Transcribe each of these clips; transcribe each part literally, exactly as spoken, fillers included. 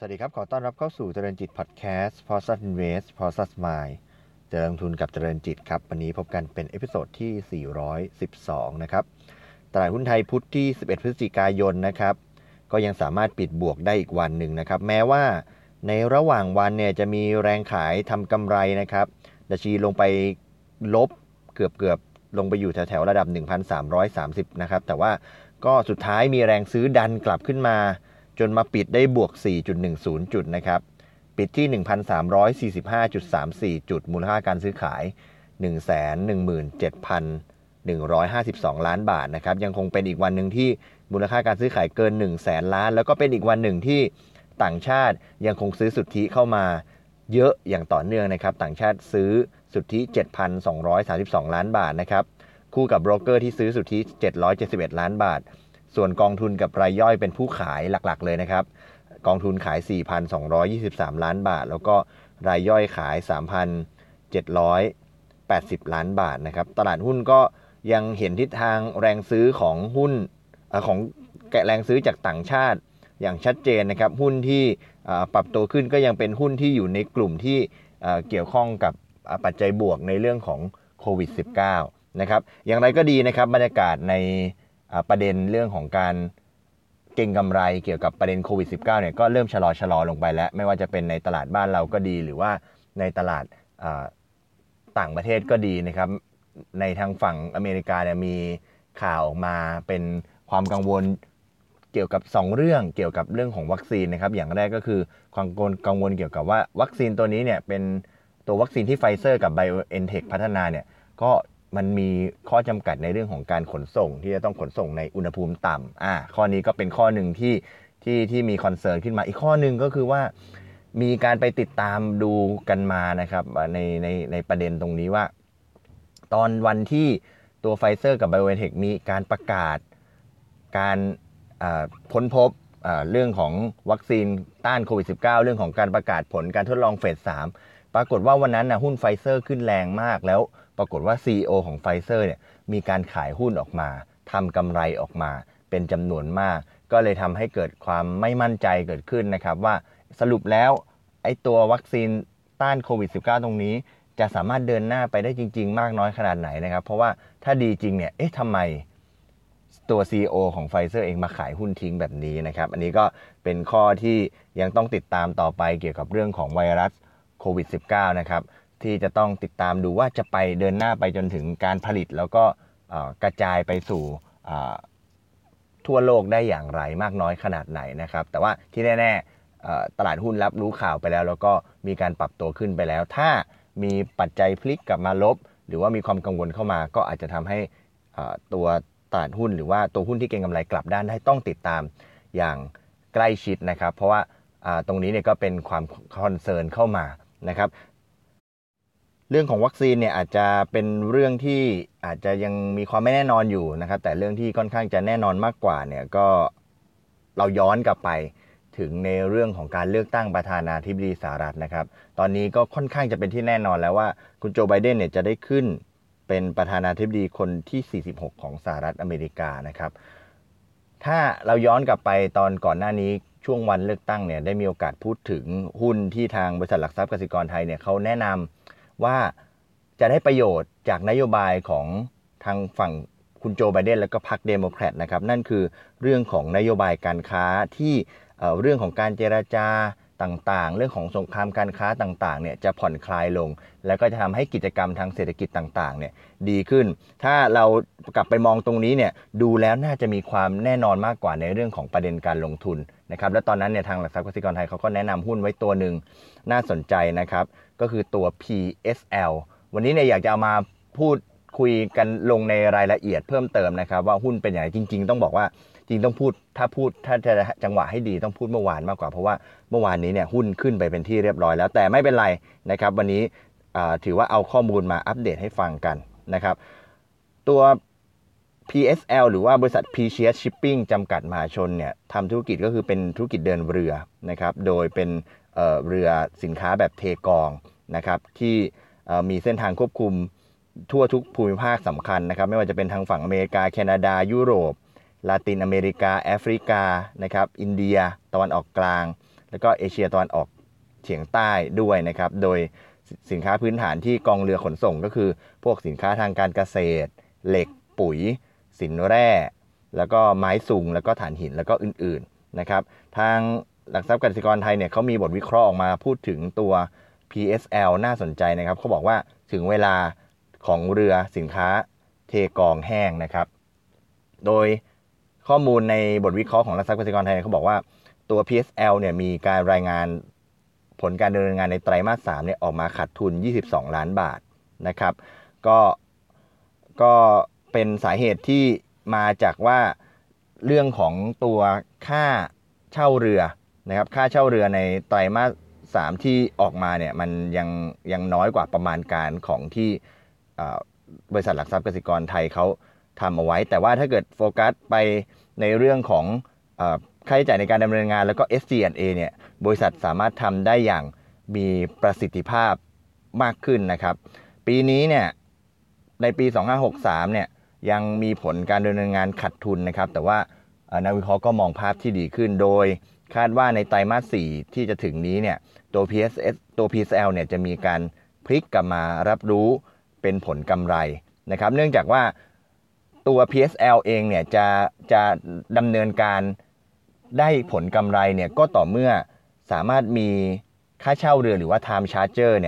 วัสดีครับขอต้อนรับเข้าสู่เจริญจิตพอดแคสต์ Process Invest Process Mind เจริญลงทุนกับเจริญจิตครับวันนี้พบกันเป็นเอพิโซดที่สี่ร้อยสิบสองนะครับตลาดหุ้นไทยพุธที่สิบเอ็ดพฤศจิกายนนะครับก็ยังสามารถปิดบวกได้อีกวันหนึ่งนะครับแม้ว่าในระหว่างวันเนี่ยจะมีแรงขายทำกำไรนะครับดัชนีลงไปลบเกือบเกือบลงไปอยู่แถวๆระดับ หนึ่งพันสามร้อยสามสิบ นะครับแต่ว่าก็สุดท้ายมีแรงซื้อดันกลับขึ้นมาจนมาปิดได้บวก สี่จุดหนึ่งศูนย์ จุดนะครับปิดที่ หนึ่งพันสามร้อยสี่สิบห้าจุดสามสี่ จุดมูลค่าการซื้อขาย หนึ่งแสนหนึ่งหมื่นเจ็ดพันหนึ่งร้อยห้าสิบสอง ล้านบาทนะครับยังคงเป็นอีกวันหนึ่งที่มูลค่าการซื้อขายเกิน หนึ่งแสนล้านแล้วก็เป็นอีกวันหนึ่งที่ต่างชาติยังคงซื้อสุทธิเข้ามาเยอะอย่างต่อเนื่องนะครับต่างชาติซื้อสุทธิ เจ็ดพันสองร้อยสามสิบสอง ล้านบาทนะครับคู่กับโบรกเกอร์ที่ซื้อสุทธิเจ็ดร้อยเจ็ดสิบเอ็ดล้านบาทส่วนกองทุนกับรายย่อยเป็นผู้ขายหลักๆเลยนะครับกองทุนขาย สี่พันสองร้อยยี่สิบสาม ล้านบาทแล้วก็รายย่อยขาย สามพันเจ็ดร้อยแปดสิบ ล้านบาทนะครับตลาดหุ้นก็ยังเห็นทิศทางแรงซื้อของหุ้นของแรงซื้อจากต่างชาติอย่างชัดเจนนะครับหุ้นที่ปรับตัวขึ้นก็ยังเป็นหุ้นที่อยู่ในกลุ่มที่เกี่ยวข้องกับปัจจัยบวกในเรื่องของโควิด สิบเก้า นะครับอย่างไรก็ดีนะครับบรรยากาศในประเด็นเรื่องของการเก็งกำไรเกี่ยวกับประเด็นโควิด สิบเก้า เนี่ยก็เริ่มชะลอชะลอลงไปแล้วไม่ว่าจะเป็นในตลาดบ้านเราก็ดีหรือว่าในตลาดต่างประเทศก็ดีนะครับในทางฝั่งอเมริกาเนี่ยมีข่าวออกมาเป็นความกังวลเกี่ยวกับสองเรื่องเกี่ยวกับเรื่องของวัคซีนนะครับอย่างแรกก็คือความกังวลเกี่ยวกับว่าวัคซีนตัวนี้เนี่ยเป็นตัววัคซีนที่ไฟเซอร์กับ BioNTech พัฒนาเนี่ยก็มันมีข้อจำกัดในเรื่องของการขนส่งที่จะต้องขนส่งในอุณหภูมิต่ำอ่าข้อนี้ก็เป็นข้อหนึ่งที่ที่ที่มีคอนเซิร์นขึ้นมาอีกข้อหนึ่งก็คือว่ามีการไปติดตามดูกันมานะครับในในในประเด็นตรงนี้ว่าตอนวันที่ตัวไฟเซอร์กับ BioNTech มีการประกาศการค้นพบเรื่องของวัคซีนต้านโควิด สิบเก้า เรื่องของการประกาศผลการทดลองเฟสสามปรากฏว่าวันนั้นนะหุ้นไฟเซอร์ขึ้นแรงมากแล้วปรากฏว่า ซี อี โอ ของไฟเซอร์เนี่ยมีการขายหุ้นออกมาทำกำไรออกมาเป็นจำนวนมากก็เลยทำให้เกิดความไม่มั่นใจเกิดขึ้นนะครับว่าสรุปแล้วไอ้ตัววัคซีนต้านโควิด สิบเก้า ตรงนี้จะสามารถเดินหน้าไปได้จริงๆมากน้อยขนาดไหนนะครับเพราะว่าถ้าดีจริงเนี่ยเอ๊ะทำไมตัว ซี อี โอ ของไฟเซอร์เองมาขายหุ้นทิ้งแบบนี้นะครับอันนี้ก็เป็นข้อที่ยังต้องติดตามต่อไปเกี่ยวกับเรื่องของไวรัสโควิด สิบเก้า นะครับที่จะต้องติดตามดูว่าจะไปเดินหน้าไปจนถึงการผลิตแล้วก็กระจายไปสู่ทั่วโลกได้อย่างไรมากน้อยขนาดไหนนะครับแต่ว่าที่แน่ๆตลาดหุ้นรับรู้ข่าวไปแล้วแล้วก็มีการปรับตัวขึ้นไปแล้วถ้ามีปัจจัยพลิกกลับมาลบหรือว่ามีความกังวลเข้ามาก็อาจจะทำให้ตัวตลาดหุ้นหรือว่าตัวหุ้นที่เก็งกำไรกลับด้านได้ต้องติดตามอย่างใกล้ชิดนะครับเพราะว่าตรงนี้เนี่ยก็เป็นความคอนเซิร์นเข้ามานะครับเรื่องของวัคซีนเนี่ยอาจจะเป็นเรื่องที่อาจจะยังมีความไม่แน่นอนอยู่นะครับแต่เรื่องที่ค่อนข้างจะแน่นอนมากกว่าเนี่ยก็เราย้อนกลับไปถึงในเรื่องของการเลือกตั้งประธานาธิบดีสหรัฐนะครับตอนนี้ก็ค่อนข้างจะเป็นที่แน่นอนแล้วว่าคุณโจไบเดนเนี่ยจะได้ขึ้นเป็นประธานาธิบดีคนที่สี่สิบหกของสหรัฐอเมริกานะครับถ้าเราย้อนกลับไปตอนก่อนหน้านี้ช่วงวันเลือกตั้งเนี่ยได้มีโอกาสพูดถึงหุ้นที่ทางบริษัทหลักทรัพย์กสิกรไทยเนี่ยเขาแนะนำว่าจะได้ประโยชน์จากนโยบายของทางฝั่งคุณโจไบเดนและก็พรรคเดโมแครตนะครับนั่นคือเรื่องของนโยบายการค้าที่เรื่องของการเจรจาต่างๆเรื่องของสงครามการค้าต่างๆเนี่ยจะผ่อนคลายลงแล้วก็จะทำให้กิจกรรมทางเศรษฐกิจต่างๆเนี่ยดีขึ้นถ้าเรากลับไปมองตรงนี้เนี่ยดูแล้วน่าจะมีความแน่นอนมากกว่าในเรื่องของประเด็นการลงทุนนะครับและตอนนั้นเนี่ยทางหลักทรัพย์กสิกรไทยเขาก็แนะนำหุ้นไว้ตัวหนึ่งน่าสนใจนะครับก็คือตัว พี เอส แอล วันนี้เนี่ยอยากจะเอามาพูดคุยกันลงในรายละเอียดเพิ่มเติมนะครับว่าหุ้นเป็นอย่างไรจริงๆต้องบอกว่าจริงต้องพูดถ้าพูดถ้าจะจังหวะให้ดีต้องพูดเมื่อวานมากกว่าเพราะว่าเมื่อวานนี้เนี่ยหุ้นขึ้นไปเป็นที่เรียบร้อยแล้วแต่ไม่เป็นไรนะครับวันนี้ถือว่าเอาข้อมูลมาอัปเดตให้ฟังกันนะครับตัว พี เอส แอล หรือว่าบริษัท Precious Shipping จำกัดมหาชนเนี่ยทำธุรกิจก็คือเป็นธุรกิจเดินเรือนะครับโดยเป็นเอ่อเรือสินค้าแบบเทกองนะครับที่มีเส้นทางควบคุมทั่วทุกภูมิภาคสำคัญนะครับไม่ว่าจะเป็นทางฝั่งอเมริกาแคนาดายุโรปลาตินอเมริกาแอฟริกานะครับอินเดียตะวันออกกลางแล้วก็เอเชียตะวันออกเฉียงใต้ด้วยนะครับโดยสินค้าพื้นฐานที่กองเรือขนส่งก็คือพวกสินค้าทางการเกษตรเหล็กปุ๋ยสินแร่แล้วก็ไม้สุงแล้วก็ถ่านหินแล้วก็อื่นๆนะครับทางหลักทรัพย์กสิกรไทยเนี่ยเขามีบทวิเคราะห์ออกมาพูดถึงตัว พี เอส แอล น่าสนใจนะครับเขาบอกว่าถึงเวลาของเรือสินค้าเทกองแห้งนะครับโดยข้อมูลในบทวิเคราะห์ของหลักทรัพย์กสิกรไทยเขาบอกว่าตัว พี เอส แอล เนี่ยมีการรายงานผลการดำเนินงานในไตรมาสสามเนี่ยออกมาขาดทุนยี่สิบสองล้านบาทนะครับก็ก็เป็นสาเหตุที่มาจากว่าเรื่องของตัวค่าเช่าเรือนะครับค่าเช่าเรือในไตรมาสสามที่ออกมาเนี่ยมันยังยังน้อยกว่าประมาณการของที่บริษัทหลักทรัพย์กสิกรไทยเขาทำเอาไว้แต่ว่าถ้าเกิดโฟกัสไปในเรื่องของค่าใช้จ่ายในการดำเนินงานแล้วก็ เอส จี แอนด์ เอ เนี่ยบริษัทสามารถทำได้อย่างมีประสิทธิภาพมากขึ้นนะครับปีนี้เนี่ยในปีสองพันห้าร้อยหกสิบสามเนี่ยยังมีผลการดำเนินงานขาดทุนนะครับแต่ว่านักวิเคราะห์ก็มองภาพที่ดีขึ้นโดยคาดว่าในไตรมาสสี่ที่จะถึงนี้เนี่ยตัว พี เอส เอส ตัว พี เอส แอล เนี่ยจะมีการพลิกกลับมารับรู้เป็นผลกำไรนะครับเนื่องจากว่าตัว พี เอส แอล เองเนี่ยจะจะดำเนินการได้ผลกำไรเนี่ยก็ต่อเมื่อสามารถมีค่าเช่าเรือหรือว่า time charger เนี่ย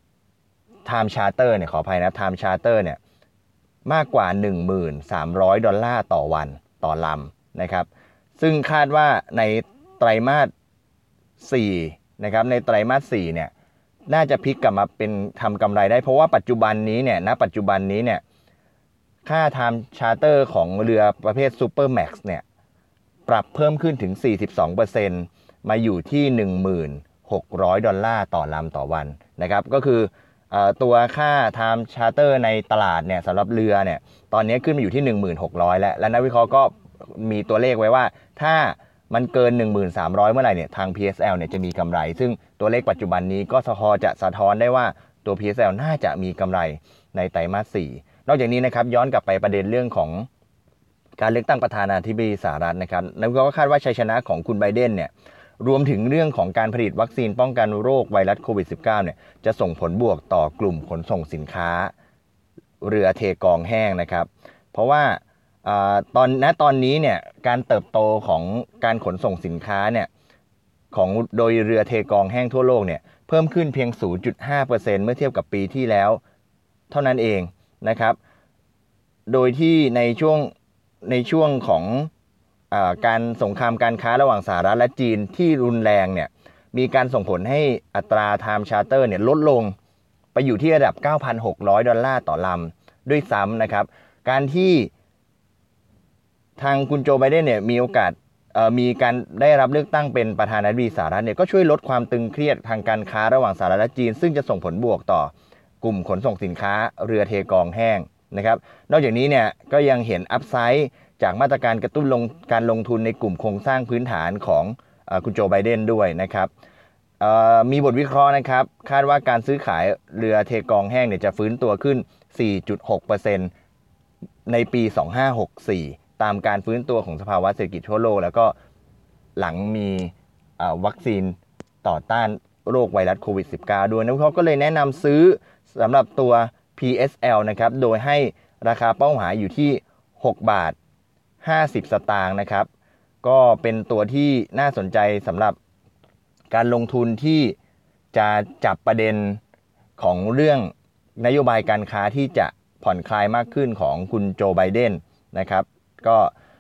time charter เนี่ยขออภัยนะ time charter เนี่ยมากกว่า หนึ่งพันสามร้อย ดอลลาร์ต่อวันต่อลำนะครับซึ่งคาดว่าในไตรมาสสี่นะครับในไตรมาสสี่เนี่ยน่าจะพลิกกลับมาเป็นทำกำไรได้เพราะว่าปัจจุบันนี้เนี่ยณปัจจุบันนี้เนี่ยค่า time charter ของเรือประเภท Super Max เนี่ยปรับเพิ่มขึ้นถึง สี่สิบสองเปอร์เซ็นต์ มาอยู่ที่ หนึ่งพันหกร้อย ดอลลาร์ต่อลำต่อวันนะครับก็คือตัวค่า time charter ในตลาดเนี่ยสำหรับเรือเนี่ยตอนนี้ขึ้นมาอยู่ที่ หนึ่งพันหกร้อย แล้วและนักวิเคราะห์ก็มีตัวเลขไว้ว่าถ้ามันเกิน หนึ่งพันสามร้อย เมื่อไหร่เนี่ยทาง พี เอส แอล เนี่ยจะมีกำไรซึ่งตัวเลขปัจจุบันนี้ก็สะท้อนจะสะท้อนได้ว่าตัว พี เอส แอล น่าจะมีกำไรในไตรมาสสี่นอกจากนี้นะครับย้อนกลับไปประเด็นเรื่องของการเลือกตั้งประธานาธิบดีสหรัฐนะครับนักวิเคราะห์ก็คาดว่าชัยชนะของคุณไบเดนเนี่ยรวมถึงเรื่องของการผลิตวัคซีนป้องกันโรคไวรัสโควิด สิบเก้า เนี่ยจะส่งผลบวกต่อกลุ่มขนส่งสินค้าเรือเทกองแห้งนะครับเพราะว่าตอนณตอนนี้เนี่ยการเติบโตของการขนส่งสินค้าเนี่ยของโดยเรือเทกองแห้งทั่วโลกเนี่ยเพิ่มขึ้นเพียง ศูนย์จุดห้าเปอร์เซ็นต์ เมื่อเทียบกับปีที่แล้วเท่านั้นเองนะครับโดยที่ในช่วงในช่วงของการสงครามการค้าระหว่างสหรัฐและจีนที่รุนแรงเนี่ยมีการส่งผลให้อัตรา time charter เนี่ยลดลงไปอยู่ที่ระดับ เก้าพันหกร้อย ดอลลาร์ต่อลำด้วยซ้ำนะครับการที่ทางคุณโจไบเดนเนี่ยมีโอกาสมีการได้รับเลือกตั้งเป็นประธานาธิบดีสหรัฐเนี่ยก็ช่วยลดความตึงเครียดทางการค้าระหว่างสหรัฐและจีนซึ่งจะส่งผลบวกต่อกลุ่มขนส่งสินค้าเรือเทกองแห้งนะครับนอกจากนี้เนี่ยก็ยังเห็นอัพไซด์จากมาตรการกระตุ้นลงการลงทุนในกลุ่มโครงสร้างพื้นฐานของเอ่อคุณโจไบเดนด้วยนะครับมีบทวิเคราะห์นะครับคาดว่าการซื้อขายเรือเทกองแห้งเนี่ยจะฟื้นตัวขึ้น สี่จุดหกเปอร์เซ็นต์ ในปีสองพันห้าร้อยหกสิบสี่ตามการฟื้นตัวของสภาวะเศรษฐกิจทั่วโลกแล้วก็หลังมีวัคซีนต่อต้านโรคไวรัสโควิด สิบเก้า ด้วยนักวิเคราะห์ก็เลยแนะนำซื้อสำหรับตัว พี เอส แอล นะครับโดยให้ราคาเป้าหมายอยู่ที่หกบาทห้าสิบสตางค์นะครับก็เป็นตัวที่น่าสนใจสำหรับการลงทุนที่จะจับประเด็นของเรื่องนโยบายการค้าที่จะผ่อนคลายมากขึ้นของคุณโจไบเดนนะครับก็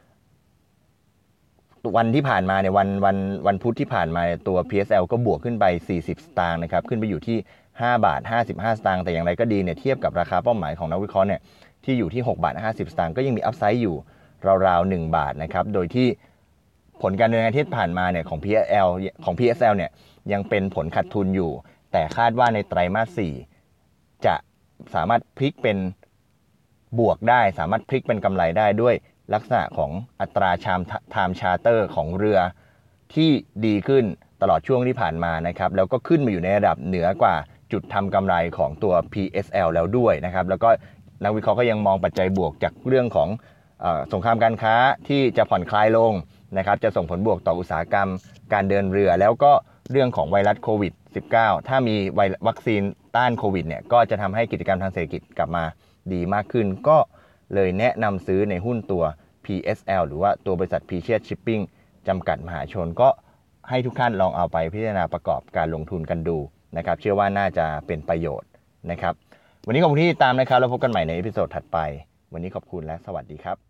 วันที่ผ่านมาเนี่ยวันวันวันพุธที่ผ่านมาตัว พี เอส แอล ก็บวกขึ้นไปสี่สิบสตางค์นะครับขึ้นไปอยู่ที่ห้าบาทห้าสิบห้าสตางค์แต่อย่างไรก็ดีเนี่ยเทียบกับราคาเป้าหมายของนักวิเคราะห์เนี่ยที่อยู่ที่หกบาทห้าสิบสตางค์ก็ยังมีอัพไซด์อยู่ราวๆหนึ่งบาทนะครับโดยที่ผลการดำเนินงานที่ผ่านมาเนี่ยของ พี เอส แอล ของ พี เอส แอล เนี่ยยังเป็นผลขาดทุนอยู่แต่คาดว่าในไตรมาสสี่จะสามารถพลิกเป็นบวกได้สามารถพลิกเป็นกำไรได้ด้วยลักษณะของอัตราชาม time charter ของเรือที่ดีขึ้นตลอดช่วงที่ผ่านมานะครับแล้วก็ขึ้นมาอยู่ในระดับเหนือกว่าจุดทำกำไรของตัว พี เอส แอล แล้วด้วยนะครับแล้วก็นักวิเคราะห์ก็ยังมองปัจจัยบวกจากเรื่องของเอ่อสงครามการค้าที่จะผ่อนคลายลงนะครับจะส่งผลบวกต่ออุตสาหกรรมการเดินเรือแล้วก็เรื่องของไวรัสโควิด สิบเก้า ถ้ามีวัคซีนต้านโควิดเนี่ยก็จะทำให้กิจกรรมทางเศรษฐกิจกลับมาดีมากขึ้นก็เลยแนะนำซื้อในหุ้นตัว พี เอส แอล หรือว่าตัวบริษัท Precious Shipping จำกัดมหาชนก็ให้ทุกท่านลองเอาไปพิจารณาประกอบการลงทุนกันดูนะครับเชื่อว่าน่าจะเป็นประโยชน์นะครับวันนี้ขอบคุณที่ติดตามนะครับแล้วพบกันใหม่ในเอพิโซดถัดไปวันนี้ขอบคุณและสวัสดีครับ